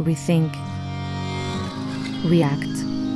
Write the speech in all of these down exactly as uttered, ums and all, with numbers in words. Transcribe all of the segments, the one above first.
Rethink, React.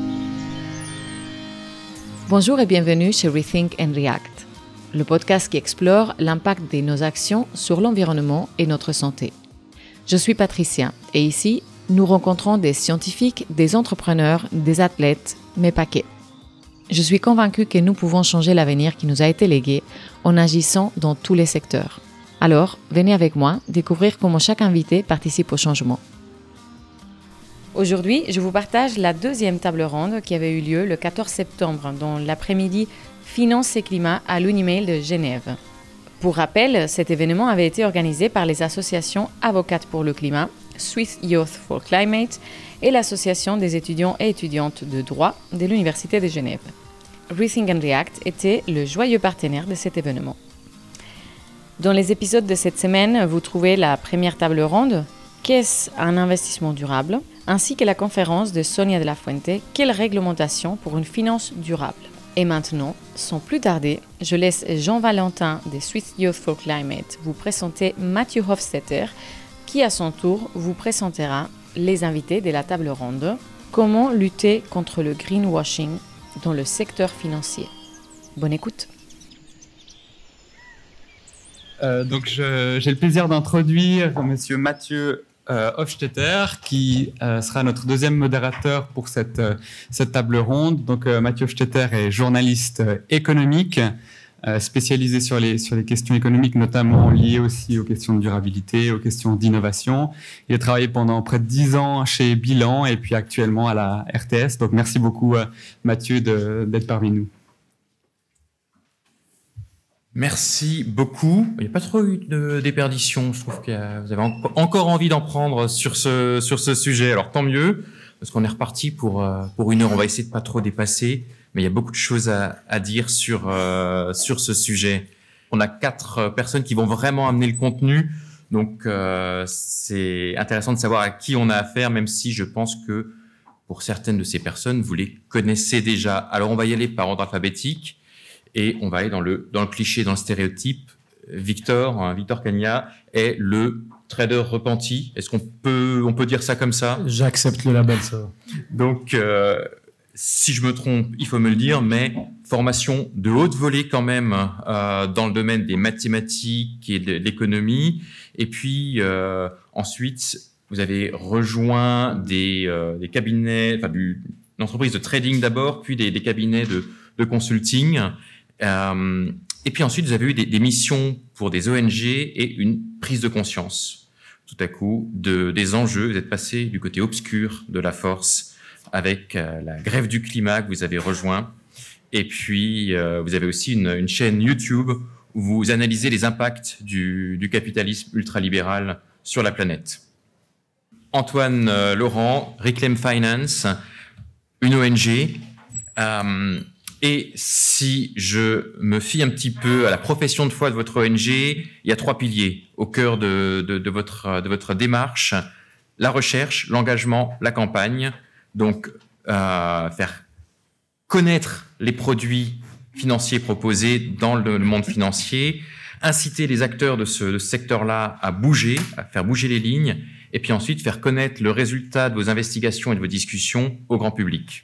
Bonjour et bienvenue chez Rethink and React, le podcast qui explore l'impact de nos actions sur l'environnement et notre santé. Je suis Patricia et ici, nous rencontrons des scientifiques, des entrepreneurs, des athlètes, mais pas que. Je suis convaincue que nous pouvons changer l'avenir qui nous a été légué en agissant dans tous les secteurs. Alors, venez avec moi découvrir comment chaque invité participe au changement. Aujourd'hui, je vous partage la deuxième table ronde qui avait eu lieu le quatorze septembre dans l'après-midi Finance et Climat à l'Unimail de Genève. Pour rappel, cet événement avait été organisé par les associations Avocates pour le climat, Swiss Youth for Climate et l'Association des étudiants et étudiantes de droit de l'Université de Genève. Rethink and React était le joyeux partenaire de cet événement. Dans les épisodes de cette semaine, vous trouvez la première table ronde, Qu'est-ce un investissement durable, ainsi que la conférence de Sonia de la Fuente, Quelle réglementation pour une finance durable. Et maintenant, sans plus tarder, je laisse Jean-Valentin des Swiss Youth for Climate vous présenter Mathieu Hofstetter, qui à son tour vous présentera les invités de la table ronde. Comment lutter contre le greenwashing dans le secteur financier. Bonne écoute. Euh, donc, je, j'ai le plaisir d'introduire Monsieur Mathieu euh, Hofstetter, qui euh, sera notre deuxième modérateur pour cette, euh, cette table ronde. Donc, euh, Mathieu Hofstetter est journaliste euh, économique, euh, spécialisé sur les, sur les questions économiques, notamment liées aussi aux questions de durabilité, aux questions d'innovation. Il a travaillé pendant près de dix ans chez Bilan et puis actuellement à la R T S. Donc, merci beaucoup, euh, Mathieu, de, d'être parmi nous. Merci beaucoup. Il n'y a pas trop eu de déperdition. Je trouve que vous avez en- encore envie d'en prendre sur ce sur ce sujet. Alors tant mieux, parce qu'on est reparti pour euh, pour une heure. On va essayer de pas trop dépasser, mais il y a beaucoup de choses à, à dire sur euh, sur ce sujet. On a quatre personnes qui vont vraiment amener le contenu, donc euh, c'est intéressant de savoir à qui on a affaire, même si je pense que pour certaines de ces personnes, vous les connaissez déjà. Alors on va y aller par ordre alphabétique. Et on va aller dans le, dans le cliché, dans le stéréotype. Victor, hein, Victor Cagna est le trader repenti. Est-ce qu'on peut, on peut dire ça comme ça? J'accepte le label, ça. Donc, euh, si je me trompe, il faut me le dire, mais formation de haute volée quand même euh, dans le domaine des mathématiques et de l'économie. Et puis, euh, ensuite, vous avez rejoint des, euh, des cabinets, enfin, du, une entreprise de trading d'abord, puis des, des cabinets de, de consulting. Euh, et puis ensuite, vous avez eu des, des missions pour des O N G et une prise de conscience, tout à coup, de, des enjeux. Vous êtes passé du côté obscur de la force avec euh, la grève du climat que vous avez rejoint. Et puis, euh, vous avez aussi une, une chaîne YouTube où vous analysez les impacts du, du capitalisme ultralibéral sur la planète. Antoine euh, Laurent, Reclaim Finance, une O N G. Euh, Et si je me fie un petit peu à la profession de foi de votre O N G, il y a trois piliers au cœur de, de, de, votre, de votre démarche. La recherche, l'engagement, la campagne. Donc, euh, faire connaître les produits financiers proposés dans le monde financier, inciter les acteurs de ce, de ce secteur-là à bouger, à faire bouger les lignes, et puis ensuite faire connaître le résultat de vos investigations et de vos discussions au grand public.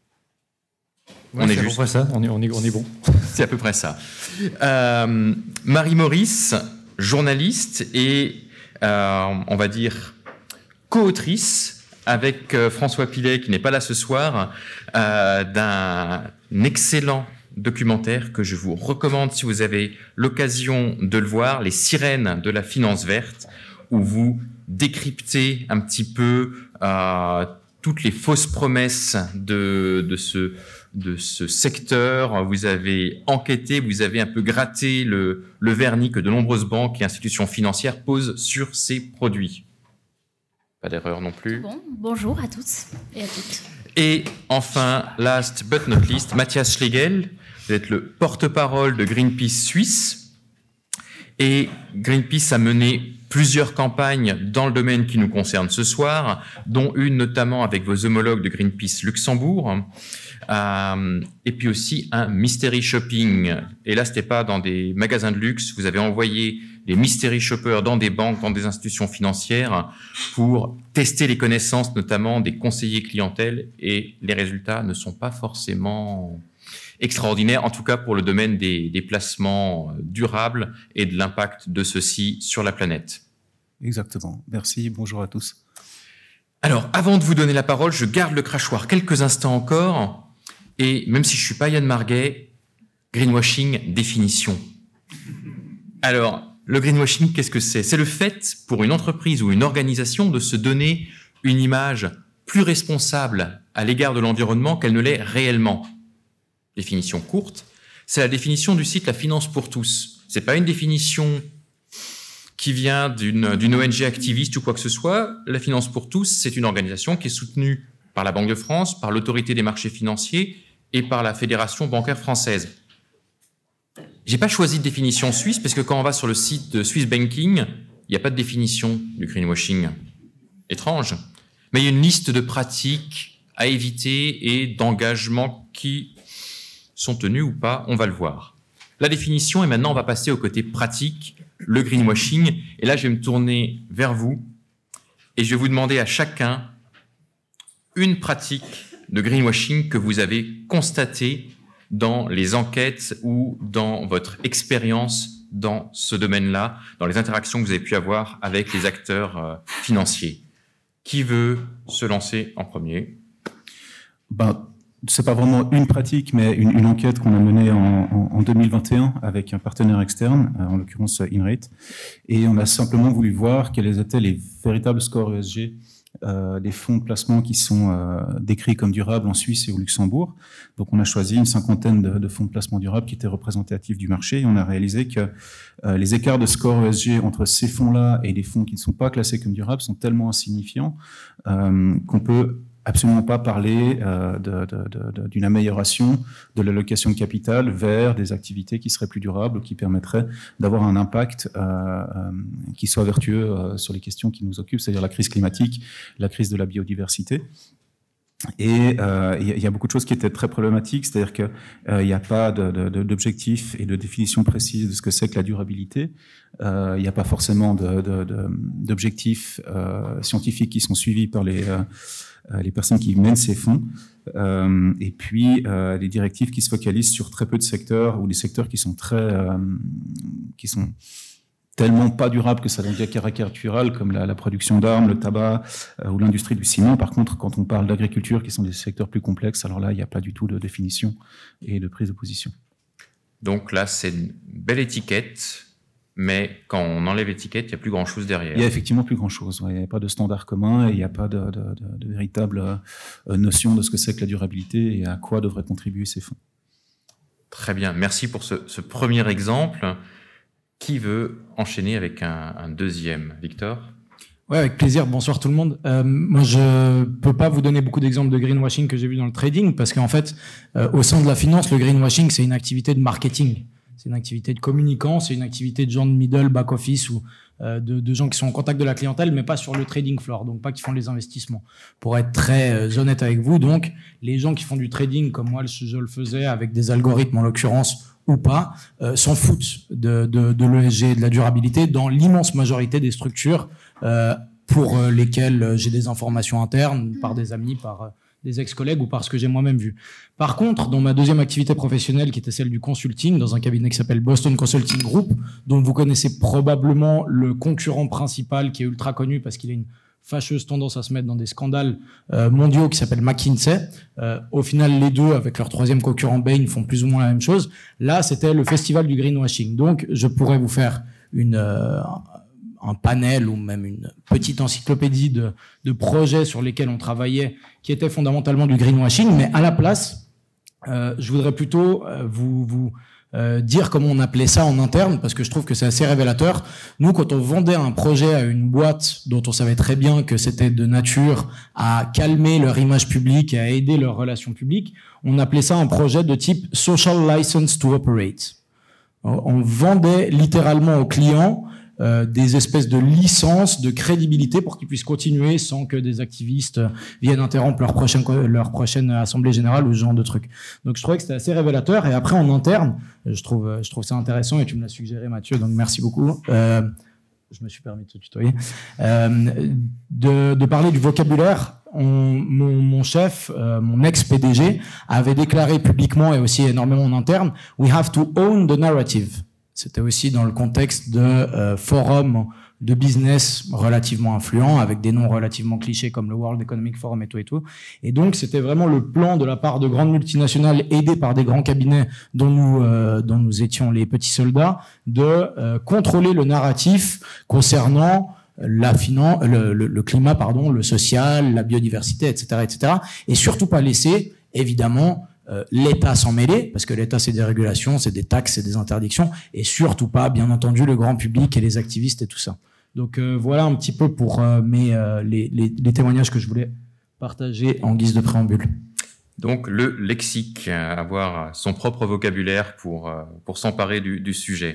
Ouais, on c'est est à peu juste. près ça, on est, on est, on est bon. C'est à peu près ça. Euh, Marie Maurice, journaliste et, euh, on va dire, co-autrice avec euh, François Pilet, qui n'est pas là ce soir, euh, d'un excellent documentaire que je vous recommande si vous avez l'occasion de le voir, Les sirènes de la finance verte, où vous décryptez un petit peu euh, toutes les fausses promesses de, de ce... de ce secteur. Vous avez enquêté, vous avez un peu gratté le, le vernis que de nombreuses banques et institutions financières posent sur ces produits. Pas d'erreur non plus. Bon, bonjour à tous et à toutes. Et enfin, last but not least, Matthias Schlegel. Vous êtes le porte-parole de Greenpeace Suisse. Et Greenpeace a mené plusieurs campagnes dans le domaine qui nous concerne ce soir, dont une notamment avec vos homologues de Greenpeace Luxembourg, euh, et puis aussi un mystery shopping. Et là, c'était pas dans des magasins de luxe, vous avez envoyé des mystery shoppers dans des banques, dans des institutions financières pour tester les connaissances, notamment des conseillers clientèle, et les résultats ne sont pas forcément extraordinaire, en tout cas pour le domaine des, des placements durables et de l'impact de ceux-ci sur la planète. Exactement. Merci, bonjour à tous. Alors, avant de vous donner la parole, je garde le crachoir quelques instants encore, et même si je ne suis pas Yann Marguet, greenwashing, définition. Alors, le greenwashing, qu'est-ce que c'est? C'est le fait pour une entreprise ou une organisation de se donner une image plus responsable à l'égard de l'environnement qu'elle ne l'est réellement. Définition courte, c'est la définition du site La Finance pour tous. C'est pas une définition qui vient d'une, d'une O N G activiste ou quoi que ce soit. La Finance pour tous, c'est une organisation qui est soutenue par la Banque de France, par l'Autorité des marchés financiers et par la Fédération bancaire française. J'ai pas choisi de définition suisse parce que quand on va sur le site de Swiss Banking, il n'y a pas de définition du greenwashing. Étrange. Mais il y a une liste de pratiques à éviter et d'engagements qui sont tenus ou pas, on va le voir. La définition, et maintenant on va passer au côté pratique, le greenwashing. Et là, je vais me tourner vers vous et je vais vous demander à chacun une pratique de greenwashing que vous avez constatée dans les enquêtes ou dans votre expérience dans ce domaine-là, dans les interactions que vous avez pu avoir avec les acteurs euh, financiers. Qui veut se lancer en premier? Ben, c'est pas vraiment une pratique, mais une, une enquête qu'on a menée en, en, en deux mille vingt et un avec un partenaire externe, en l'occurrence INRATE, et on a simplement voulu voir quels étaient les véritables scores E S G euh, des fonds de placement qui sont euh, décrits comme durables en Suisse et au Luxembourg. Donc on a choisi une cinquantaine de, de fonds de placement durables qui étaient représentatifs du marché, et on a réalisé que euh, les écarts de score E S G entre ces fonds-là et les fonds qui ne sont pas classés comme durables sont tellement insignifiants euh, qu'on peut absolument pas parler euh, de, de, de, d'une amélioration de l'allocation de capital vers des activités qui seraient plus durables, qui permettraient d'avoir un impact euh, euh, qui soit vertueux euh, sur les questions qui nous occupent, c'est-à-dire la crise climatique, la crise de la biodiversité. Et euh, il y a beaucoup de choses qui étaient très problématiques, c'est-à-dire qu'il euh, n'y a pas de, de, d'objectifs et de définition précise de ce que c'est que la durabilité. Euh, il n'y a pas forcément de, de, de, d'objectifs euh, scientifiques qui sont suivis par les, euh, les personnes qui mènent ces fonds. Euh, et puis, euh, les directives qui se focalisent sur très peu de secteurs ou des secteurs qui sont très, euh, qui sont tellement pas durable que ça devient caricatural, comme la, la production d'armes, le tabac euh, ou l'industrie du ciment. Par contre, quand on parle d'agriculture, qui sont des secteurs plus complexes, alors là, il n'y a pas du tout de définition et de prise de position. Donc là, c'est une belle étiquette, mais quand on enlève l'étiquette, il n'y a plus grand-chose derrière. Il n'y a effectivement plus grand-chose. Ouais. Il n'y a pas de standard commun et il n'y a pas de, de, de, de véritable euh, notion de ce que c'est que la durabilité et à quoi devraient contribuer ces fonds. Très bien. Merci pour ce, ce premier exemple. Qui veut enchaîner avec un, un deuxième? Victor? Ouais, avec plaisir. Bonsoir tout le monde. Euh, moi, je peux pas vous donner beaucoup d'exemples de greenwashing que j'ai vu dans le trading parce qu'en fait, euh, au sein de la finance, le greenwashing, c'est une activité de marketing. C'est une activité de communicants, c'est une activité de gens de middle, back office ou euh, de, de gens qui sont en contact de la clientèle, mais pas sur le trading floor, donc pas qui font les investissements. Pour être très euh, honnête avec vous, donc, les gens qui font du trading, comme moi, je le faisais avec des algorithmes en l'occurrence, ou pas, euh, s'en foutent de, de, de l'E S G et de la durabilité dans l'immense majorité des structures euh, pour euh, lesquelles j'ai des informations internes par des amis, par euh, des ex-collègues ou par ce que j'ai moi-même vu. Par contre, dans ma deuxième activité professionnelle, qui était celle du consulting, dans un cabinet qui s'appelle Boston Consulting Group, dont vous connaissez probablement le concurrent principal qui est ultra connu parce qu'il a une fâcheuse tendance à se mettre dans des scandales euh, mondiaux qui s'appellent McKinsey. Euh, au final, les deux, avec leur troisième concurrent Bain, font plus ou moins la même chose. Là, c'était le festival du greenwashing. Donc, je pourrais vous faire une, euh, un panel ou même une petite encyclopédie de, de projets sur lesquels on travaillait qui étaient fondamentalement du greenwashing. Mais à la place, euh, je voudrais plutôt euh, vous... vous Euh, dire comment on appelait ça en interne, parce que je trouve que c'est assez révélateur. Nous, quand on vendait un projet à une boîte dont on savait très bien que c'était de nature à calmer leur image publique et à aider leurs relations publiques, on appelait ça un projet de type Social License to Operate. On vendait littéralement aux clients euh, des espèces de licences, de crédibilité pour qu'ils puissent continuer sans que des activistes viennent interrompre leur prochaine, leur prochaine assemblée générale ou ce genre de trucs. Donc je trouvais que c'était assez révélateur. Et après, en interne, je trouve, je trouve ça intéressant et tu me l'as suggéré, Mathieu, donc merci beaucoup. Euh, je me suis permis de te tutoyer. Euh, de, de parler du vocabulaire. On, mon, mon chef, euh, mon ex-P D G, avait déclaré publiquement et aussi énormément en interne « We have to own the narrative ». C'était aussi dans le contexte de euh, forums de business relativement influents, avec des noms relativement clichés comme le World Economic Forum et tout et tout. Et donc, c'était vraiment le plan de la part de grandes multinationales aidées par des grands cabinets dont nous, euh, dont nous étions les petits soldats, de euh, contrôler le narratif concernant la finance, le, le, le climat, pardon, le social, la biodiversité, et cetera, et cetera. Et surtout pas laisser, évidemment, euh, l'État s'en mêler, parce que l'État, c'est des régulations, c'est des taxes, c'est des interdictions, et surtout pas, bien entendu, le grand public et les activistes et tout ça. Donc euh, voilà un petit peu pour euh, mes, euh, les, les, les témoignages que je voulais partager en guise de préambule. Donc le lexique, avoir son propre vocabulaire pour, pour s'emparer du, du sujet.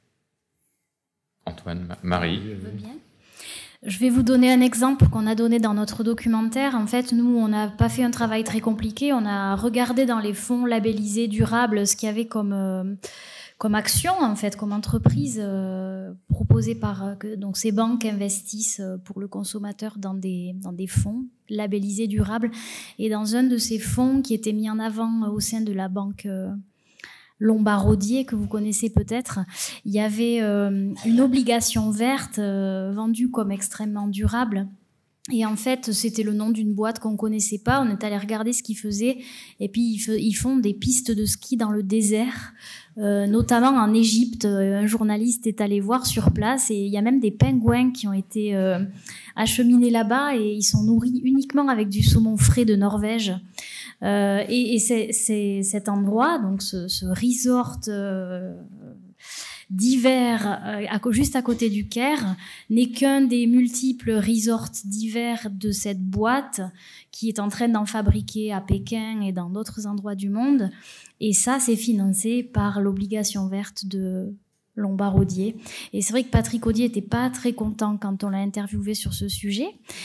Antoine, Marie. Je veux bien. Je vais vous donner un exemple qu'on a donné dans notre documentaire. En fait, nous, on n'a pas fait un travail très compliqué. On a regardé dans les fonds labellisés durables ce qu'il y avait comme, euh, comme action, en fait, comme entreprise euh, proposée par... Euh, que, donc, ces banques investissent pour le consommateur dans des, dans des fonds labellisés durables. Et dans un de ces fonds qui était mis en avant au sein de la banque... Euh, Lombardier, que vous connaissez peut-être, il y avait euh, une obligation verte euh, vendue comme extrêmement durable. Et en fait, c'était le nom d'une boîte qu'on connaissait pas. On est allé regarder ce qu'ils faisaient. Et puis, ils, f- ils font des pistes de ski dans le désert, euh, notamment en Égypte. Un journaliste est allé voir sur place. Et il y a même des pingouins qui ont été euh, acheminés là-bas. Et ils sont nourris uniquement avec du saumon frais de Norvège. Euh, et et c'est, c'est cet endroit, donc ce, ce resort euh, d'hiver euh, à, juste à côté du Caire, n'est qu'un des multiples resorts d'hiver de cette boîte qui est en train d'en fabriquer à Pékin et dans d'autres endroits du monde. Et ça, c'est financé par l'obligation verte de Lombardier. Et c'est vrai que Patrick Audier était pas très content quand on l'a interviewé sur ce sujet,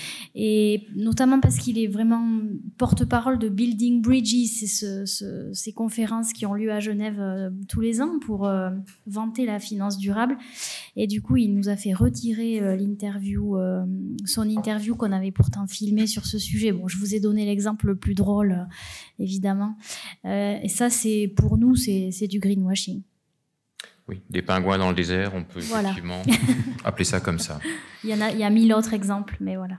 et notamment parce qu'il est vraiment porte-parole de Building Bridges, c'est ce, ce, ces conférences qui ont lieu à Genève euh, tous les ans pour euh, vanter la finance durable. Et du coup, il nous a fait retirer euh, l'interview, euh, son interview qu'on avait pourtant filmée sur ce sujet. Bon, je vous ai donné l'exemple le plus drôle, euh, évidemment. Euh, et ça, c'est pour nous, c'est, c'est du greenwashing. Oui, des pingouins dans le désert, on peut Voilà. effectivement appeler ça comme ça. Il y en a, il y a mille autres exemples, mais voilà.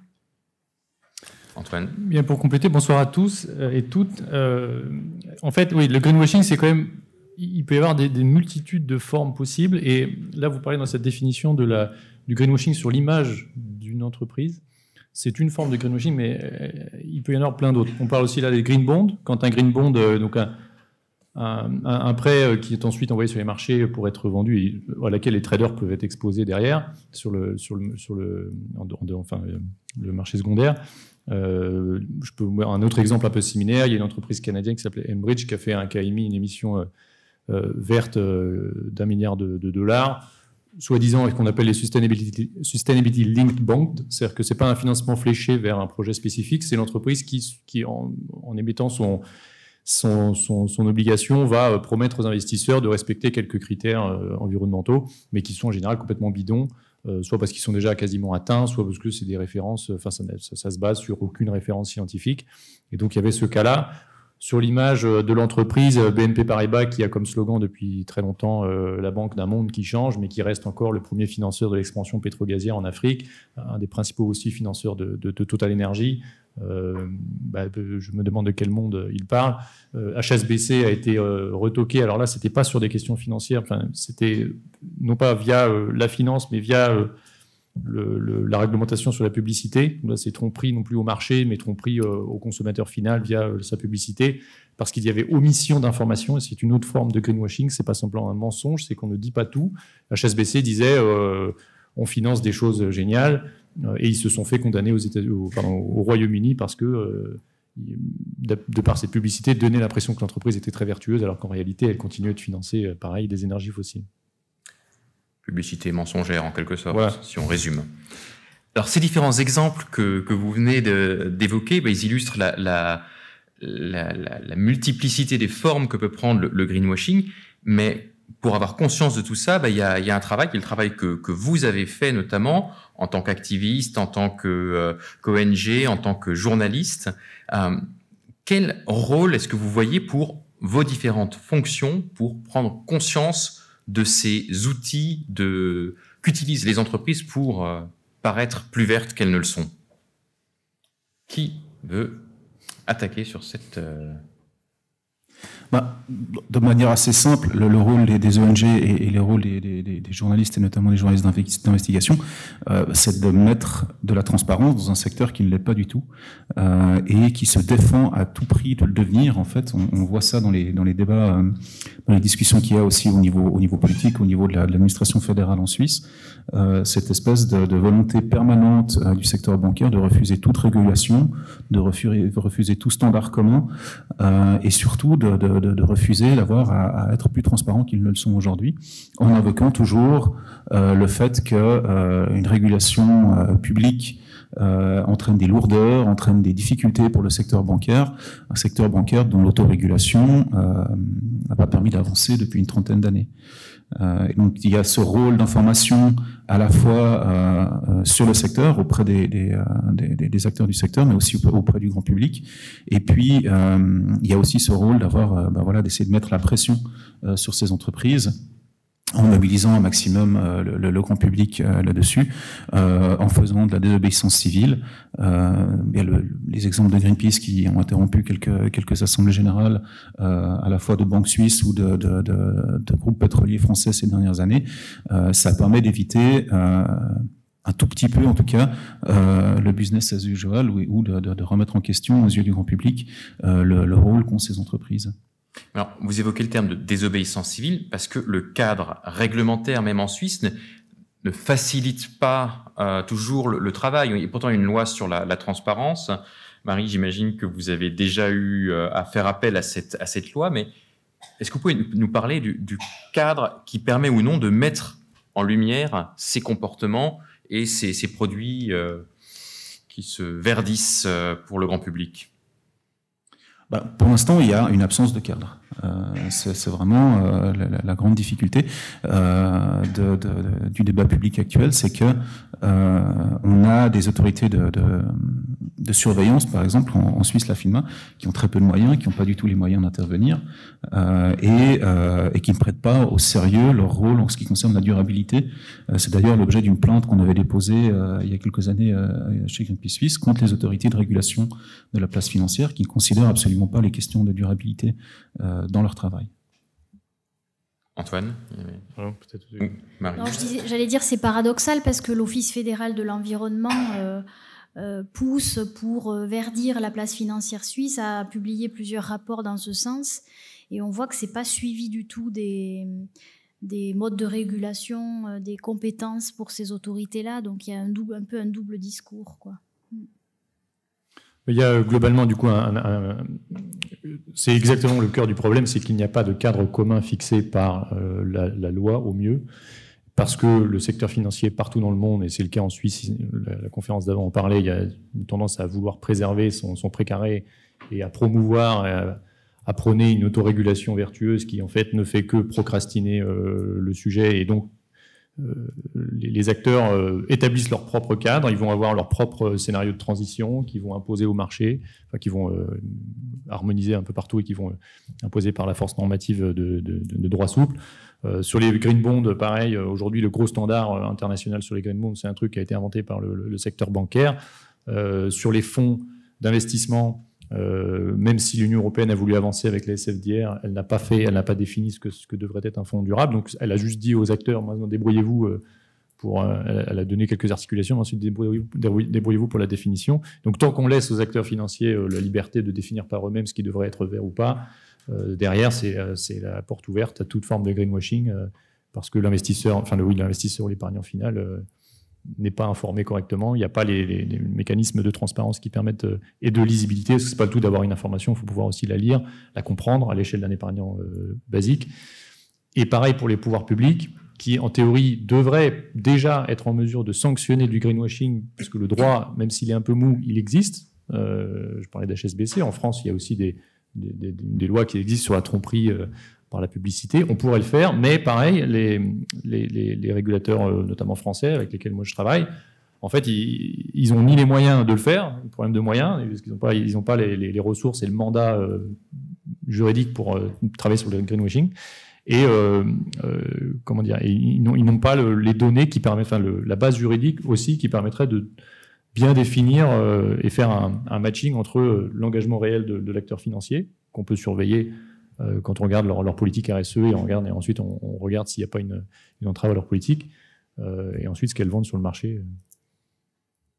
Antoine. Bien, pour compléter, bonsoir à tous et toutes. Euh, en fait, oui, le greenwashing, c'est quand même, il peut y avoir des, des multitudes de formes possibles. Et là, vous parlez dans cette définition de la, du greenwashing sur l'image d'une entreprise. C'est une forme de greenwashing, mais euh, il peut y en avoir plein d'autres. On parle aussi là des green bonds. Quand un green bond, euh, donc un Un, un, un prêt qui est ensuite envoyé sur les marchés pour être vendu et à laquelle les traders peuvent être exposés derrière sur le, sur le, sur le, en, en, enfin, le marché secondaire. Euh, je peux vous un autre exemple un peu similaire. Il y a une entreprise canadienne qui s'appelait Enbridge qui a, fait un, qui a émis une émission euh, euh, verte euh, d'un milliard de, de dollars, soi-disant ce qu'on appelle les sustainability, sustainability linked bonds, c'est-à-dire que c'est pas un financement fléché vers un projet spécifique, c'est l'entreprise qui, qui en, en émettant son Son, son, son obligation va promettre aux investisseurs de respecter quelques critères euh, environnementaux, mais qui sont en général complètement bidons, euh, soit parce qu'ils sont déjà quasiment atteints, soit parce que c'est des références, enfin ça, ça, ça se base sur aucune référence scientifique. Et donc il y avait ce cas-là. Sur l'image de l'entreprise B N P Paribas, qui a comme slogan depuis très longtemps euh, la banque d'un monde qui change, mais qui reste encore le premier financeur de l'expansion pétro-gazière en Afrique, un des principaux aussi financeurs de, de, de Total Energy. Euh, bah, je me demande de quel monde il parle. Euh, H S B C a été euh, retoqué. Alors là, c'était pas sur des questions financières. Enfin, c'était non pas via euh, la finance, mais via euh, le, le, la réglementation sur la publicité. Là, c'est tromperie non plus au marché, mais tromperie euh, au consommateur final via euh, sa publicité, parce qu'il y avait omission d'informations. Et c'est une autre forme de greenwashing. C'est pas simplement un mensonge, c'est qu'on ne dit pas tout. H S B C disait euh, on finance des choses géniales. Et ils se sont fait condamner aux États, au, pardon, au Royaume-Uni parce que, euh, de, de par cette publicité, donnait l'impression que l'entreprise était très vertueuse, alors qu'en réalité, elle continuait de financer, pareil, des énergies fossiles. publicité mensongère en quelque sorte, Voilà. si on résume. Alors ces différents exemples que, que vous venez de, d'évoquer, ben, ils illustrent la, la, la, la, la multiplicité des formes que peut prendre le, le greenwashing, mais pour avoir conscience de tout ça, ben, il y a, il y a un travail, qui est le travail que, que vous avez fait notamment en tant qu'activiste, en tant que, euh, qu'O N G, en tant que journaliste. Euh, quel rôle est-ce que vous voyez pour vos différentes fonctions pour prendre conscience de ces outils de, qu'utilisent les entreprises pour euh, paraître plus vertes qu'elles ne le sont? Qui veut attaquer sur cette... Euh... Bah, de manière assez simple, le, le rôle des, des O N G et, et le rôle des, des, des journalistes, et notamment des journalistes d'investigation, euh, c'est de mettre de la transparence dans un secteur qui ne l'est pas du tout euh, et qui se défend à tout prix de le devenir. En fait, on, on voit ça dans les, dans les débats, euh, dans les discussions qu'il y a aussi au niveau, au niveau politique, au niveau de, la, de l'administration fédérale en Suisse, euh, cette espèce de, de volonté permanente euh, du secteur bancaire de refuser toute régulation, de refuser, de refuser tout standard commun euh, et surtout de, de De, de refuser d'avoir à, à être plus transparents qu'ils ne le sont aujourd'hui, en invoquant toujours euh, le fait que euh, une régulation euh, publique euh, entraîne des lourdeurs, entraîne des difficultés pour le secteur bancaire, un secteur bancaire dont l'autorégulation euh, n'a pas permis d'avancer depuis une trentaine d'années. Euh, et donc il y a ce rôle d'information à la fois euh, euh, sur le secteur, auprès des, des, euh, des, des acteurs du secteur, mais aussi auprès du grand public. Et puis euh, il y a aussi ce rôle d'avoir, euh, ben voilà, d'essayer de mettre la pression euh, sur ces entreprises, en mobilisant un maximum euh, le, le grand public euh, là-dessus, euh, en faisant de la désobéissance civile. Euh, il y a le, les exemples de Greenpeace qui ont interrompu quelques, quelques assemblées générales, euh, à la fois de banques suisses ou de, de, de, de groupes pétroliers français ces dernières années. Euh, ça permet d'éviter euh, un tout petit peu, en tout cas, euh, le business as usual, ou, ou de, de, de remettre en question aux yeux du grand public euh, le, le rôle qu'ont ces entreprises. Alors, vous évoquez le terme de désobéissance civile parce que le cadre réglementaire, même en Suisse, ne, ne facilite pas euh, toujours le, le travail. Il y a pourtant une loi sur la, la transparence. Marie, j'imagine que vous avez déjà eu euh, à faire appel à cette, à cette loi, mais est-ce que vous pouvez nous parler du, du cadre qui permet ou non de mettre en lumière ces comportements et ces, ces produits euh, qui se verdissent euh, pour le grand public ? Bah, pour l'instant, il y a une absence de cadre. Euh, c'est, c'est vraiment euh, la, la grande difficulté euh, de, de, de, du débat public actuel, c'est que euh, on a des autorités de, de, de surveillance, par exemple en, en Suisse, la FINMA, qui ont très peu de moyens, qui n'ont pas du tout les moyens d'intervenir euh, et, euh, et qui ne prêtent pas au sérieux leur rôle en ce qui concerne la durabilité. Euh, c'est d'ailleurs l'objet d'une plainte qu'on avait déposée euh, il y a quelques années euh, chez Greenpeace Suisse contre les autorités de régulation de la place financière, qui ne considèrent absolument pas les questions de durabilité euh, dans leur travail. Antoine oh, peut-être... Ou Marie. Non, je disais, j'allais dire c'est paradoxal parce que l'Office fédéral de l'environnement euh, euh, pousse pour euh, verdir la place financière suisse, a publié plusieurs rapports dans ce sens et on voit que c'est pas suivi du tout des, des modes de régulation, euh, des compétences pour ces autorités-là, donc il y a un, double, un peu un double discours, quoi. Il y a globalement, du coup, un, un, un, c'est exactement le cœur du problème, c'est qu'il n'y a pas de cadre commun fixé par euh, la, la loi au mieux, parce que le secteur financier partout dans le monde, et c'est le cas en Suisse, la, la conférence d'avant en parlait, il y a une tendance à vouloir préserver son, son précaré et à promouvoir, et à, à prôner une autorégulation vertueuse qui en fait ne fait que procrastiner euh, le sujet, et donc Euh, les, les acteurs euh, établissent leur propre cadre, ils vont avoir leur propre scénario de transition qu'ils vont imposer au marché, enfin, qui vont euh, harmoniser un peu partout et qui vont euh, imposer par la force normative de, de, de, de droit souple. Euh, sur les green bonds, pareil, euh, aujourd'hui le gros standard euh, international sur les green bonds, c'est un truc qui a été inventé par le, le secteur bancaire. Euh, sur les fonds d'investissement, Euh, même si l'Union européenne a voulu avancer avec la S F D R, elle n'a pas fait, elle n'a pas défini ce que, ce que devrait être un fonds durable. Donc, elle a juste dit aux acteurs, maintenant débrouillez-vous euh, pour. Euh, elle a donné quelques articulations, ensuite débrouillez-vous, débrouillez-vous pour la définition. Donc, tant qu'on laisse aux acteurs financiers euh, la liberté de définir par eux-mêmes ce qui devrait être vert ou pas, euh, derrière, c'est, euh, c'est la porte ouverte à toute forme de greenwashing, euh, parce que l'investisseur, enfin, le, oui, l'investisseur ou l'épargnant final. Euh, n'est pas informé correctement, il n'y a pas les, les, les mécanismes de transparence qui permettent, euh, et de lisibilité, parce que c'est pas le tout d'avoir une information, il faut pouvoir aussi la lire, la comprendre à l'échelle d'un épargnant euh, basique. Et pareil pour les pouvoirs publics, qui, en théorie, devrait déjà être en mesure de sanctionner du greenwashing, parce que le droit, même s'il est un peu mou, il existe. Euh, je parlais d'H S B C. En France, il y a aussi des, des, des, des lois qui existent sur la tromperie euh, par la publicité. On pourrait le faire, mais pareil, les, les, les, les régulateurs, euh, notamment français, avec lesquels moi je travaille, en fait, ils, ils ont ni les moyens de le faire, le problème de moyens, parce qu'ils n'ont pas, ils n'ont pas les, les, les ressources et le mandat euh, juridique pour euh, travailler sur le greenwashing. Et euh, euh, comment dire, et ils n'ont, ils n'ont pas le, les données qui permettent, enfin le, la base juridique aussi qui permettrait de bien définir euh, et faire un, un matching entre euh, l'engagement réel de, de l'acteur financier qu'on peut surveiller euh, quand on regarde leur, leur politique R S E et on regarde et ensuite on, on regarde s'il n'y a pas une, une entrave à leur politique euh, et ensuite ce qu'elles vendent sur le marché. Victor ?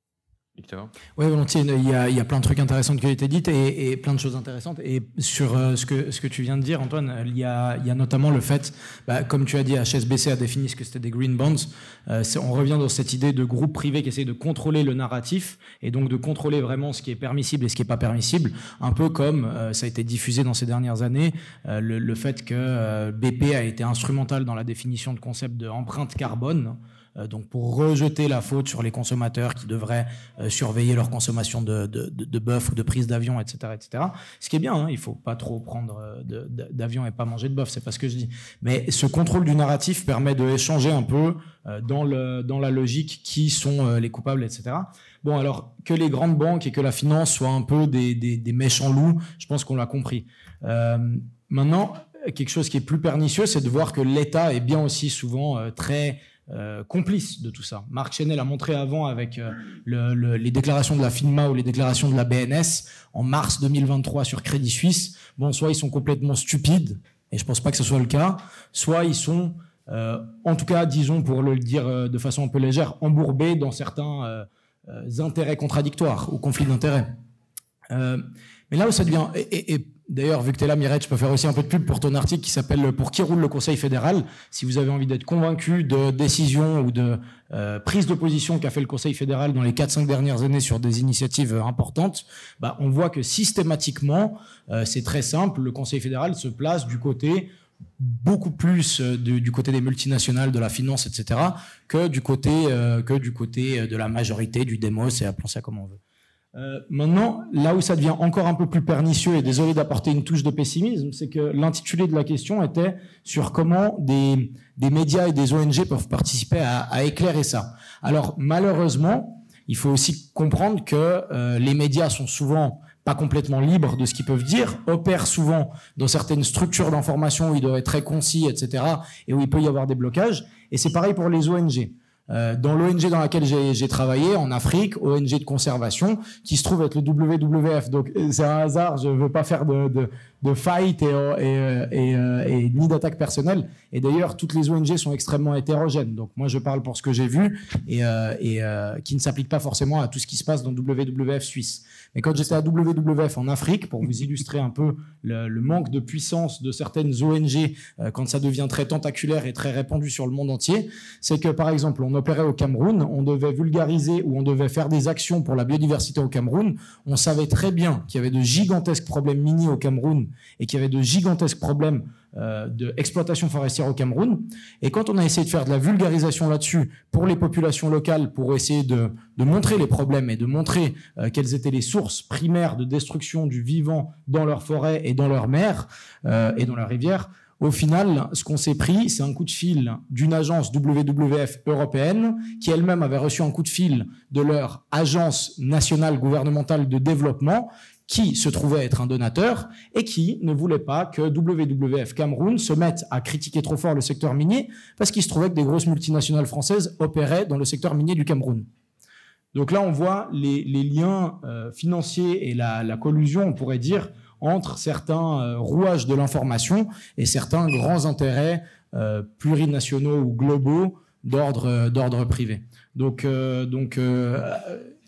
Oui, volontiers. Il y, a, il y a plein de trucs intéressants qui ont été dites et, et plein de choses intéressantes. Et sur euh, ce, que, ce que tu viens de dire, Antoine, il y a, il y a notamment le fait, bah, comme tu as dit, H S B C a défini ce que c'était des green bonds. Euh, c'est, on revient dans cette idée de groupe privé qui essaie de contrôler le narratif et donc de contrôler vraiment ce qui est permissible et ce qui n'est pas permissible. Un peu comme euh, ça a été diffusé dans ces dernières années, euh, le, le fait que euh, B P a été instrumental dans la définition de concept de empreinte carbone. Donc pour rejeter la faute sur les consommateurs qui devraient euh, surveiller leur consommation de, de, de, de bœuf ou de prise d'avion, et cetera, et cetera. Ce qui est bien, hein, il faut pas trop prendre de, de, d'avion et pas manger de bœuf, c'est pas ce que je dis. Mais ce contrôle du narratif permet de échanger un peu euh, dans, le, dans la logique qui sont euh, les coupables, et cetera. Bon, alors que les grandes banques et que la finance soient un peu des, des, des méchants loups, je pense qu'on l'a compris. Euh, maintenant, quelque chose qui est plus pernicieux, c'est de voir que l'État est bien aussi souvent euh, très Euh, complice de tout ça. Marc Chenet l'a montré avant avec euh, le, le, les déclarations de la FINMA ou les déclarations de la B N S en mars deux mille vingt-trois sur Crédit Suisse. Bon, soit ils sont complètement stupides, et je pense pas que ce soit le cas, soit ils sont, euh, en tout cas, disons, pour le dire euh, de façon un peu légère, embourbés dans certains euh, euh, intérêts contradictoires ou conflits d'intérêts. Euh, mais là où ça devient... Et, et, et d'ailleurs, vu que tu es là, Mireille, je peux faire aussi un peu de pub pour ton article qui s'appelle « Pour qui roule le Conseil fédéral ?» Si vous avez envie d'être convaincu de décisions ou de euh, prise de position qu'a fait le Conseil fédéral dans les quatre cinq dernières années sur des initiatives importantes, bah, on voit que systématiquement, euh, c'est très simple, le Conseil fédéral se place du côté beaucoup plus euh, de, du côté des multinationales, de la finance, et cetera, que du côté, euh, que du côté de la majorité, du démos, et appelons ça comme on veut. Euh, maintenant, là où ça devient encore un peu plus pernicieux, et désolé d'apporter une touche de pessimisme, c'est que l'intitulé de la question était sur comment des, des médias et des O N G peuvent participer à, à éclairer ça. Alors, malheureusement, il faut aussi comprendre que euh, les médias sont souvent pas complètement libres de ce qu'ils peuvent dire, opèrent souvent dans certaines structures d'information où ils doivent être très concis, et cetera, et où il peut y avoir des blocages. Et c'est pareil pour les O N G. Euh, dans l'O N G dans laquelle j'ai, j'ai travaillé, en Afrique, O N G de conservation, qui se trouve être le W W F. Donc, c'est un hasard, je veux pas faire de, de, de fight et, et, et, et, et ni d'attaque personnelle. Et d'ailleurs, toutes les O N G sont extrêmement hétérogènes. Donc, moi, je parle pour ce que j'ai vu et, euh, et euh, qui ne s'applique pas forcément à tout ce qui se passe dans W W F Suisse. Mais quand j'étais à W W F en Afrique, pour vous illustrer un peu le, le manque de puissance de certaines O N G euh, quand ça devient très tentaculaire et très répandu sur le monde entier, c'est que, par exemple, on opérait au Cameroun, on devait vulgariser ou on devait faire des actions pour la biodiversité au Cameroun. On savait très bien qu'il y avait de gigantesques problèmes miniers au Cameroun et qu'il y avait de gigantesques problèmes euh, d'exploitation forestière au Cameroun. Et quand on a essayé de faire de la vulgarisation là-dessus pour les populations locales, pour essayer de, de montrer les problèmes et de montrer euh, quelles étaient les sources primaires de destruction du vivant dans leurs forêts et dans leurs mers euh, et dans leurs rivières, au final, ce qu'on s'est pris, c'est un coup de fil d'une agence W W F européenne qui elle-même avait reçu un coup de fil de leur agence nationale gouvernementale de développement qui se trouvait être un donateur et qui ne voulait pas que W W F Cameroun se mette à critiquer trop fort le secteur minier parce qu'il se trouvait que des grosses multinationales françaises opéraient dans le secteur minier du Cameroun. Donc là, on voit les, les liens euh, financiers et la, la collusion, on pourrait dire, entre certains euh, rouages de l'information et certains grands intérêts euh, plurinationaux ou globaux d'ordre, euh, d'ordre privé. Donc, euh, donc euh,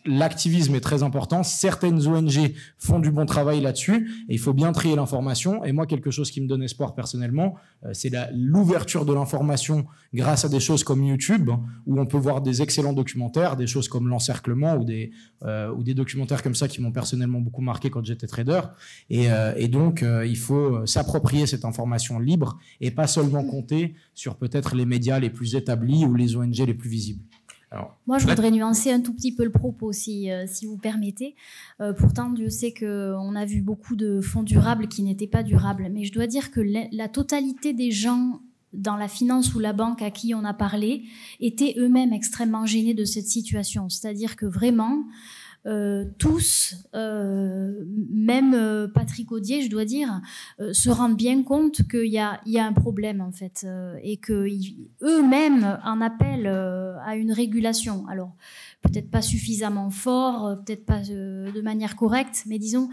l'activisme est très important. Certaines O N G font du bon travail là-dessus et il faut bien trier l'information. Et moi, quelque chose qui me donne espoir personnellement, euh, c'est la, l'ouverture de l'information grâce à des choses comme YouTube, hein, où on peut voir des excellents documentaires, des choses comme l'encerclement ou des, euh, ou des documentaires comme ça qui m'ont personnellement beaucoup marqué quand j'étais trader. Et, euh, et donc, euh, il faut s'approprier cette information libre et pas seulement compter sur peut-être les médias les plus établis ou les O N G les plus visibles. Alors, moi, je voudrais nuancer un tout petit peu le propos, si, euh, si vous permettez. Euh, pourtant, Dieu sait qu'on a vu beaucoup de fonds durables qui n'étaient pas durables. Mais je dois dire que la, la totalité des gens dans la finance ou la banque à qui on a parlé étaient eux-mêmes extrêmement gênés de cette situation. C'est-à-dire que vraiment... Euh, tous, euh, même euh, Patrick Audier, je dois dire, euh, se rendent bien compte qu'il y a, il y a un problème en fait, euh, et qu'eux-mêmes en appellent euh, à une régulation. Alors, peut-être pas suffisamment fort, peut-être pas euh, de manière correcte, mais disons,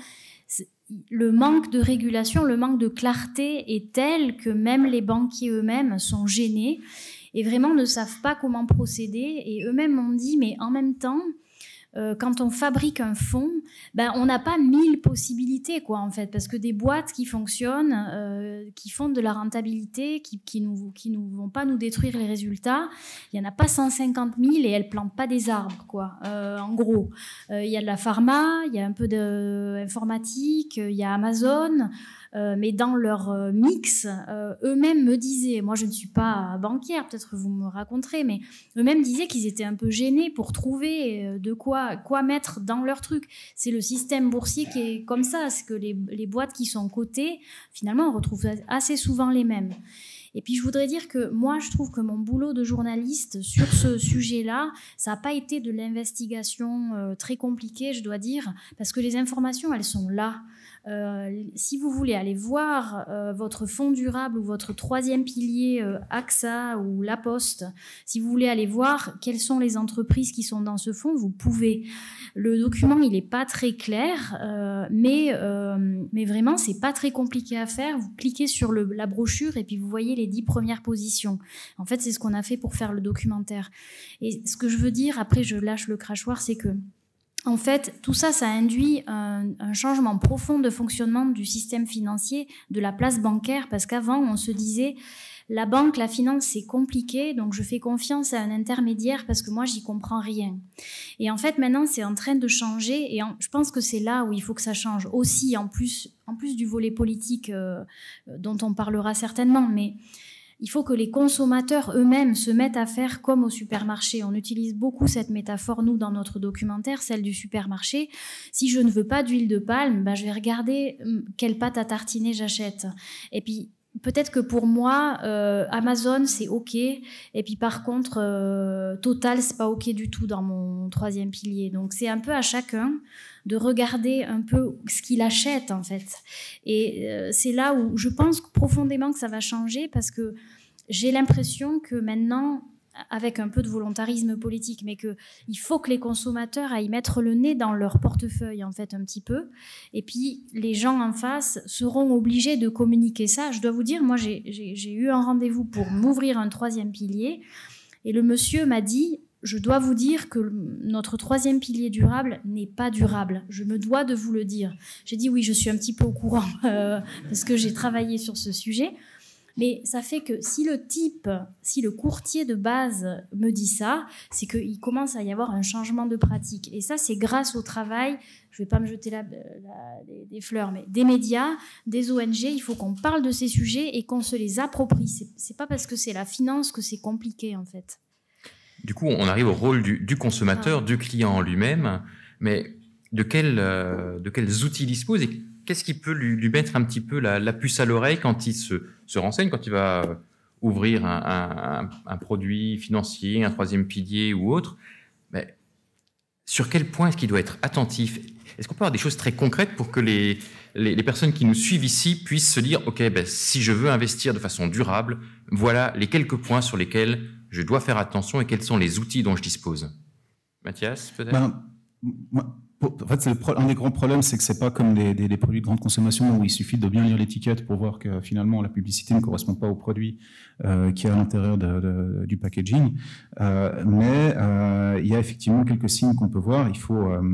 le manque de régulation, le manque de clarté est tel que même les banquiers eux-mêmes sont gênés et vraiment ne savent pas comment procéder. Et eux-mêmes m'ont dit, mais en même temps, Euh, quand on fabrique un fonds, ben, on n'a pas mille possibilités, quoi, en fait, parce que des boîtes qui fonctionnent, euh, qui font de la rentabilité, qui, qui nous, qui nous vont pas nous détruire les résultats, il y en a pas cent cinquante mille et elles plantent pas des arbres, quoi, euh, en gros. Euh, il y a de la pharma, il y a un peu d'informatique, il y a Amazon, euh, mais dans leur euh, mix, euh, eux-mêmes me disaient, moi je ne suis pas banquière, peut-être vous me raconterez, mais eux-mêmes disaient qu'ils étaient un peu gênés pour trouver de quoi, quoi mettre dans leur truc. C'est le système boursier qui est comme ça, c'est que les, les boîtes qui sont cotées, finalement, on retrouve assez souvent les mêmes. Et puis, je voudrais dire que moi, je trouve que mon boulot de journaliste sur ce sujet-là, ça n'a pas été de l'investigation euh, très compliquée, je dois dire, parce que les informations, elles sont là. Euh, si vous voulez aller voir euh, votre fonds durable ou votre troisième pilier euh, A X A ou La Poste, si vous voulez aller voir quelles sont les entreprises qui sont dans ce fonds, vous pouvez. Le document, il n'est pas très clair, euh, mais, euh, mais vraiment, c'est pas très compliqué à faire. Vous cliquez sur le, la brochure et puis vous voyez les dix premières positions. En fait, c'est ce qu'on a fait pour faire le documentaire. Et ce que je veux dire, après je lâche le crachoir, c'est que en fait, tout ça, ça induit un, un changement profond de fonctionnement du système financier, de la place bancaire, parce qu'avant, on se disait, la banque, la finance, c'est compliqué, donc je fais confiance à un intermédiaire parce que moi, j'y comprends rien. Et en fait, maintenant, c'est en train de changer, et en, je pense que c'est là où il faut que ça change. Aussi, en plus, en plus du volet politique euh, dont on parlera certainement, mais il faut que les consommateurs eux-mêmes se mettent à faire comme au supermarché. On utilise beaucoup cette métaphore, nous, dans notre documentaire, celle du supermarché. Si je ne veux pas d'huile de palme, ben, je vais regarder quelle pâte à tartiner j'achète. Et puis, peut-être que pour moi, euh, Amazon, c'est OK. Et puis, par contre, euh, Total, c'est pas OK du tout dans mon troisième pilier. Donc, c'est un peu à chacun de regarder un peu ce qu'il achète, en fait. Et euh, c'est là où je pense profondément que ça va changer, parce que j'ai l'impression que maintenant, avec un peu de volontarisme politique, mais que il faut que les consommateurs aillent mettre le nez dans leur portefeuille, en fait, un petit peu. Et puis, les gens en face seront obligés de communiquer ça. Je dois vous dire, moi, j'ai, j'ai, j'ai eu un rendez-vous pour m'ouvrir un troisième pilier, et le monsieur m'a dit, je dois vous dire que notre troisième pilier durable n'est pas durable. Je me dois de vous le dire. J'ai dit oui, je suis un petit peu au courant, euh, parce que j'ai travaillé sur ce sujet. Mais ça fait que si le type, si le courtier de base me dit ça, c'est qu'il commence à y avoir un changement de pratique. Et ça, c'est grâce au travail, je ne vais pas me jeter la, la, des, des fleurs, mais des médias, des O N G. Il faut qu'on parle de ces sujets et qu'on se les approprie. C'est, c'est pas parce que c'est la finance que c'est compliqué, en fait. Du coup, on arrive au rôle du, du consommateur, ah. du client en lui-même. Mais de, quel, euh, de quels outils il dispose et qu'est-ce qui peut lui, lui mettre un petit peu la, la puce à l'oreille quand il se, se renseigne, quand il va ouvrir un, un, un produit financier, un troisième pilier ou autre? Mais sur quel point est-ce qu'il doit être attentif? Est-ce qu'on peut avoir des choses très concrètes pour que les, les, les personnes qui nous suivent ici puissent se dire « Ok, ben, si je veux investir de façon durable, voilà les quelques points sur lesquels je dois faire attention et quels sont les outils dont je dispose ?» Mathias, peut-être? ben, moi, En fait, c'est le pro- un des grands problèmes, c'est que c'est pas comme des, des, des produits de grande consommation où il suffit de bien lire l'étiquette pour voir que finalement la publicité ne correspond pas au produit euh, qui est à l'intérieur de, de, du packaging. Euh, mais euh, il y a effectivement quelques signes qu'on peut voir. Il faut euh,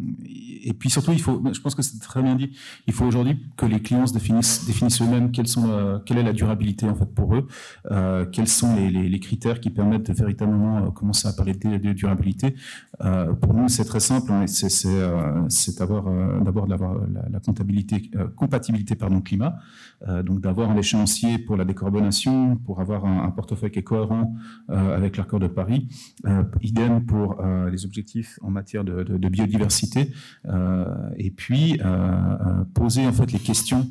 et puis surtout, il faut. Je pense que c'est très bien dit. Il faut aujourd'hui que les clients se définissent, définissent eux-mêmes quelles sont la, quelle est la durabilité en fait pour eux, euh, quels sont les, les, les critères qui permettent de véritablement commencer à parler de, de durabilité. Euh, pour nous, c'est très simple. Hein, c'est, c'est Euh, c'est d'avoir euh, d'abord d'avoir la, la comptabilité euh, compatibilité pardon climat, euh, donc d'avoir un échéancier pour la décarbonation, pour avoir un, un portefeuille qui est cohérent euh, avec l'accord de Paris, euh, idem pour euh, les objectifs en matière de, de, de biodiversité, euh, et puis euh, euh, poser en fait les questions.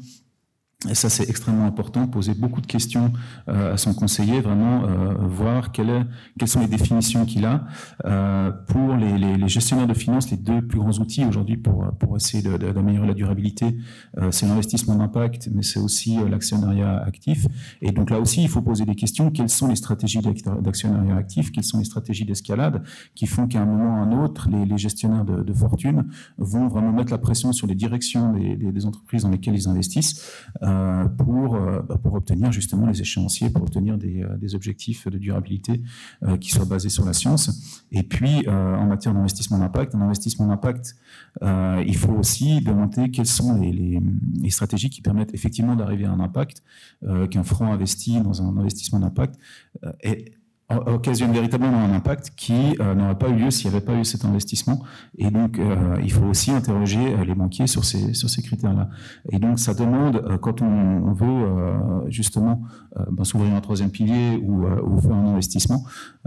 Et ça, c'est extrêmement important, poser beaucoup de questions euh, à son conseiller, vraiment euh, voir quelle est, quelles sont les définitions qu'il a. Euh, pour les, les, les gestionnaires de finances, les deux plus grands outils aujourd'hui pour, pour essayer de, de, d'améliorer la durabilité, euh, c'est l'investissement d'impact, mais c'est aussi euh, l'actionnariat actif. Et donc là aussi, il faut poser des questions. Quelles sont les stratégies d'actionnariat actif? Quelles sont les stratégies d'escalade qui font qu'à un moment ou à un autre, les, les gestionnaires de, de fortune vont vraiment mettre la pression sur les directions des, des, des entreprises dans lesquelles ils investissent, Euh, pour, euh, bah, pour obtenir justement les échéanciers, pour obtenir des, euh, des objectifs de durabilité euh, qui soient basés sur la science. Et puis, euh, en matière d'investissement d'impact, en investissement d'impact, euh, il faut aussi demander quelles sont les, les, les stratégies qui permettent effectivement d'arriver à un impact, euh, qu'un franc investi dans un investissement d'impact euh, est occasionne véritablement un impact qui euh, n'aurait pas eu lieu s'il n'y avait pas eu cet investissement. Et donc, euh, il faut aussi interroger euh, les banquiers sur ces, sur ces critères-là. Et donc, ça demande, euh, quand on, on veut euh, justement euh, ben, s'ouvrir un troisième pilier ou, euh, ou faire un investissement,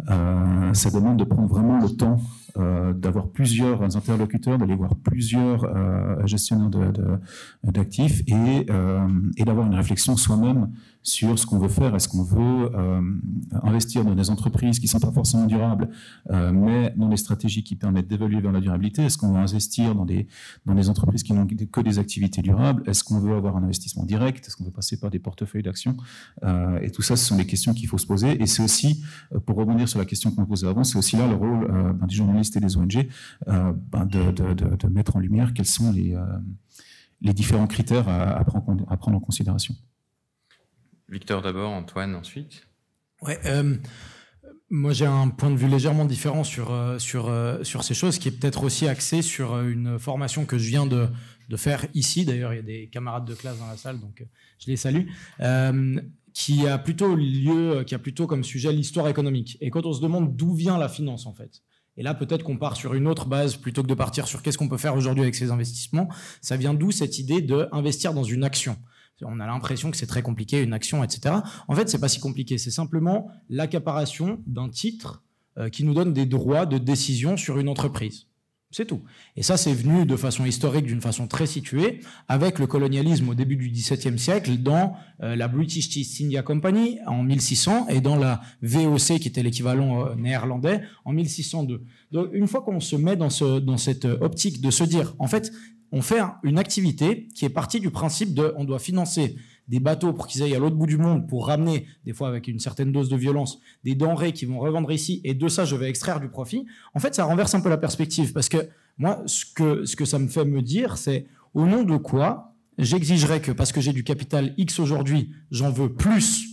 euh, ça demande de prendre vraiment le temps euh, d'avoir plusieurs interlocuteurs, d'aller voir plusieurs euh, gestionnaires de, de, d'actifs et, euh, et d'avoir une réflexion soi-même sur ce qu'on veut faire. Est-ce qu'on veut euh, investir dans des entreprises qui ne sont pas forcément durables, euh, mais dans des stratégies qui permettent d'évoluer vers la durabilité? Est-ce qu'on veut investir dans des, dans des entreprises qui n'ont que des activités durables? Est-ce qu'on veut avoir un investissement direct? Est-ce qu'on veut passer par des portefeuilles d'actions? euh, Et tout ça, ce sont des questions qu'il faut se poser. Et c'est aussi, pour rebondir sur la question qu'on posait avant, c'est aussi là le rôle euh, ben, des journalistes et des O N G euh, ben, de, de, de, de mettre en lumière quels sont les, euh, les différents critères à, à, prendre, à prendre en considération. Victor d'abord, Antoine ensuite. Ouais, euh, moi j'ai un point de vue légèrement différent sur euh, sur euh, sur ces choses, qui est peut-être aussi axé sur une formation que je viens de de faire ici. D'ailleurs, il y a des camarades de classe dans la salle, donc je les salue. Euh, qui a plutôt lieu, qui a plutôt comme sujet l'histoire économique. Et quand on se demande d'où vient la finance en fait. Et là, peut-être qu'on part sur une autre base plutôt que de partir sur qu'est-ce qu'on peut faire aujourd'hui avec ces investissements. Ça vient d'où cette idée d'investir dans une action? On a l'impression que c'est très compliqué, une action, et cetera. En fait, c'est pas si compliqué. C'est simplement l'accaparation d'un titre euh, qui nous donne des droits de décision sur une entreprise. C'est tout. Et ça, c'est venu de façon historique, d'une façon très située, avec le colonialisme au début du dix-septième siècle, dans euh, la British East India Company en mille six cents et dans la V O C, qui était l'équivalent euh, néerlandais, en mille six cent deux. Donc, une fois qu'on se met dans, ce, dans cette optique de se dire, en fait, on fait une activité qui est partie du principe de on doit financer des bateaux pour qu'ils aillent à l'autre bout du monde pour ramener, des fois avec une certaine dose de violence, des denrées qu'ils vont revendre ici et de ça, je vais extraire du profit. En fait, ça renverse un peu la perspective parce que moi, ce que, ce que ça me fait me dire, c'est au nom de quoi j'exigerais que parce que j'ai du capital X aujourd'hui, j'en veux plus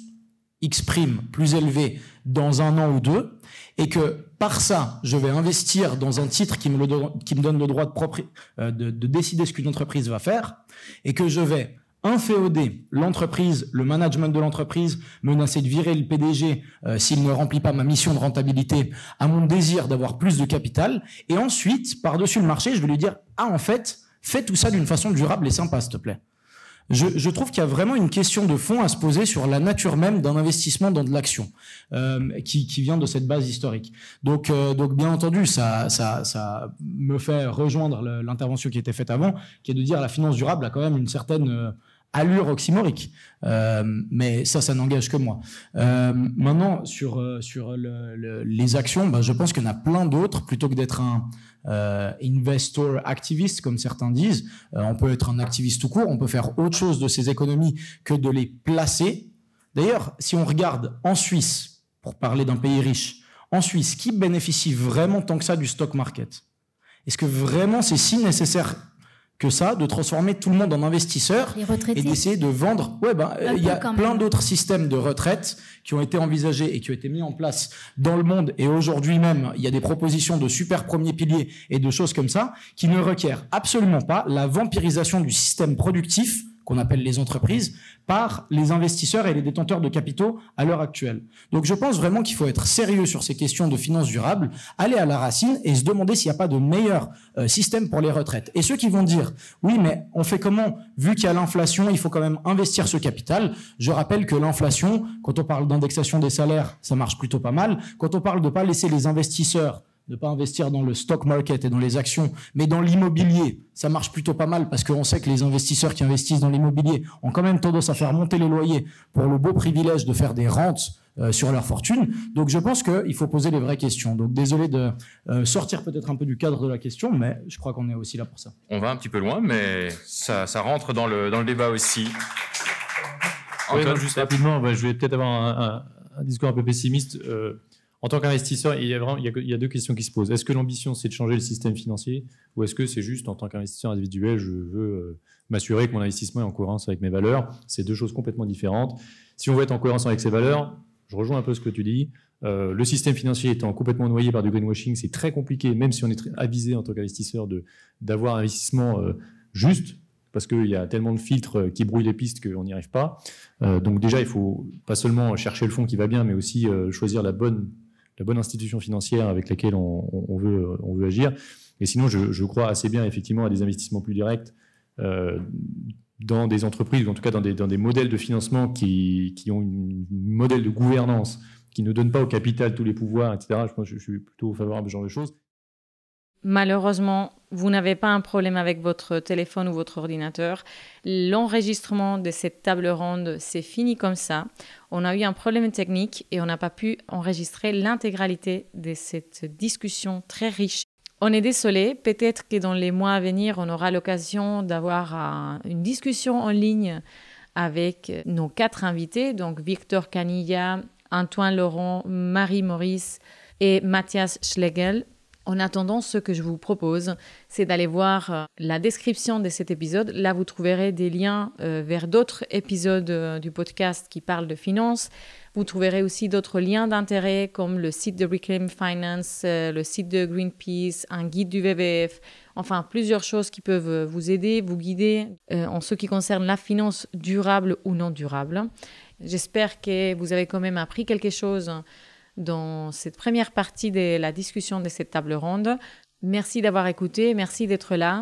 X prime, plus élevé dans un an ou deux et que par ça, je vais investir dans un titre qui me, le do- qui me donne le droit de, propri- euh, de, de décider ce qu'une entreprise va faire et que je vais inféoder l'entreprise, le management de l'entreprise, menacer de virer le P D G euh, s'il ne remplit pas ma mission de rentabilité à mon désir d'avoir plus de capital. Et ensuite, par-dessus le marché, je vais lui dire « Ah, en fait, fais tout ça d'une façon durable et sympa, s'il te plaît ». Je, je trouve qu'il y a vraiment une question de fond à se poser sur la nature même d'un investissement dans de l'action euh, qui, qui vient de cette base historique. Donc, euh, donc bien entendu, ça, ça, ça me fait rejoindre le, l'intervention qui était faite avant, qui est de dire la finance durable a quand même une certaine euh, allure oxymorique. Euh, mais ça, ça n'engage que moi. Euh, maintenant, sur, euh, sur le, le, les actions, bah, je pense qu'il y en a plein d'autres, plutôt que d'être un euh, investor activiste, comme certains disent. Euh, on peut être un activiste tout court, on peut faire autre chose de ces économies que de les placer. D'ailleurs, si on regarde en Suisse, pour parler d'un pays riche, en Suisse, qui bénéficie vraiment tant que ça du stock market ? Est-ce que vraiment c'est si nécessaire que ça, de transformer tout le monde en investisseurs et d'essayer de vendre. Ouais, ben, il y a plein d'autres systèmes de retraite qui ont été envisagés et qui ont été mis en place dans le monde. Et aujourd'hui même, il y a des propositions de super premiers piliers et de choses comme ça qui ne requièrent absolument pas la vampirisation du système productif qu'on appelle les entreprises, par les investisseurs et les détenteurs de capitaux à l'heure actuelle. Donc je pense vraiment qu'il faut être sérieux sur ces questions de finances durables, aller à la racine et se demander s'il n'y a pas de meilleur euh, système pour les retraites. Et ceux qui vont dire, oui, mais on fait comment? Vu qu'il y a l'inflation, il faut quand même investir ce capital. Je rappelle que l'inflation, quand on parle d'indexation des salaires, ça marche plutôt pas mal. Quand on parle de pas laisser les investisseurs ne pas investir dans le stock market et dans les actions, mais dans l'immobilier, ça marche plutôt pas mal parce qu'on sait que les investisseurs qui investissent dans l'immobilier ont quand même tendance à faire monter les loyers pour le beau privilège de faire des rentes euh, sur leur fortune. Donc je pense qu'il faut poser les vraies questions. Donc désolé de euh, sortir peut-être un peu du cadre de la question, mais je crois qu'on est aussi là pour ça. On va un petit peu loin, mais ça, ça rentre dans le, dans le débat aussi. Oui, non, juste rapidement, bah, je vais peut-être avoir un, un, un discours un peu pessimiste. Euh, En tant qu'investisseur, il y a vraiment, il y a, il y a deux questions qui se posent. Est-ce que l'ambition, c'est de changer le système financier, ou est-ce que c'est juste, en tant qu'investisseur individuel, je veux euh, m'assurer que mon investissement est en cohérence avec mes valeurs? C'est deux choses complètement différentes. Si on veut être en cohérence avec ses valeurs, je rejoins un peu ce que tu dis. Euh, le système financier étant complètement noyé par du greenwashing, c'est très compliqué, même si on est très avisé en tant qu'investisseur, de, d'avoir un investissement euh, juste, parce qu'il y a tellement de filtres qui brouillent les pistes qu'on n'y arrive pas. Euh, donc déjà, il faut pas seulement chercher le fond qui va bien, mais aussi euh, choisir la bonne la bonne institution financière avec laquelle on, on, veut, on veut agir. Et sinon, je, je crois assez bien effectivement à des investissements plus directs euh, dans des entreprises, ou en tout cas dans des, dans des modèles de financement qui, qui ont un modèle de gouvernance, qui ne donnent pas au capital tous les pouvoirs, et cetera. Je pense que je suis plutôt favorable à ce genre de choses. Malheureusement, vous n'avez pas un problème avec votre téléphone ou votre ordinateur. L'enregistrement de cette table ronde, c'est fini comme ça. On a eu un problème technique et on n'a pas pu enregistrer l'intégralité de cette discussion très riche. On est désolé, peut-être que dans les mois à venir, on aura l'occasion d'avoir un, une discussion en ligne avec nos quatre invités, donc Victor Canilla, Antoine Laurent, Marie Maurice et Mathias Schlegel. En attendant, ce que je vous propose, c'est d'aller voir la description de cet épisode. Là, vous trouverez des liens euh, vers d'autres épisodes euh, du podcast qui parlent de finance. Vous trouverez aussi d'autres liens d'intérêt comme le site de Reclaim Finance, euh, le site de Greenpeace, un guide du V V F. Enfin, plusieurs choses qui peuvent vous aider, vous guider euh, en ce qui concerne la finance durable ou non durable. J'espère que vous avez quand même appris quelque chose dans cette première partie de la discussion de cette table ronde. Merci d'avoir écouté, merci d'être là.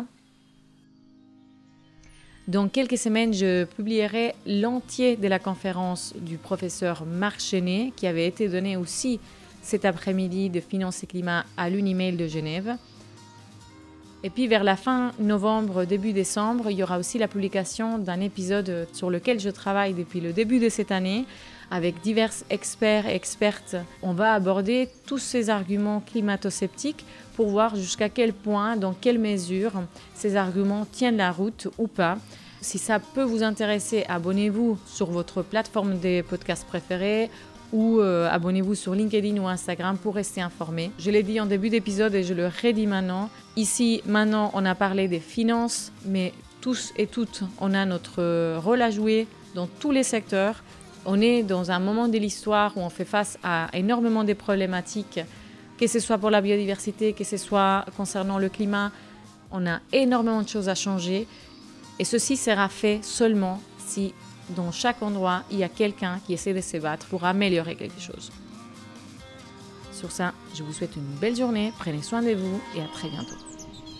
Dans quelques semaines, je publierai l'entier de la conférence du professeur Marc Chenet, qui avait été donnée aussi cet après-midi de Finance et Climat à l'Unimail de Genève. Et puis vers la fin novembre, début décembre, il y aura aussi la publication d'un épisode sur lequel je travaille depuis le début de cette année, avec divers experts et expertes. On va aborder tous ces arguments climato-sceptiques pour voir jusqu'à quel point, dans quelle mesure, ces arguments tiennent la route ou pas. Si ça peut vous intéresser, abonnez-vous sur votre plateforme des podcasts préférés ou euh, abonnez-vous sur LinkedIn ou Instagram pour rester informé. Je l'ai dit en début d'épisode et je le redis maintenant. Ici, maintenant, on a parlé des finances, mais tous et toutes, on a notre rôle à jouer dans tous les secteurs. On est dans un moment de l'histoire où on fait face à énormément de problématiques, que ce soit pour la biodiversité, que ce soit concernant le climat. On a énormément de choses à changer et ceci sera fait seulement si dans chaque endroit, il y a quelqu'un qui essaie de se battre pour améliorer quelque chose. Sur ça, je vous souhaite une belle journée, prenez soin de vous et à très bientôt.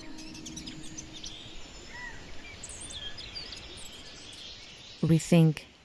Rethink.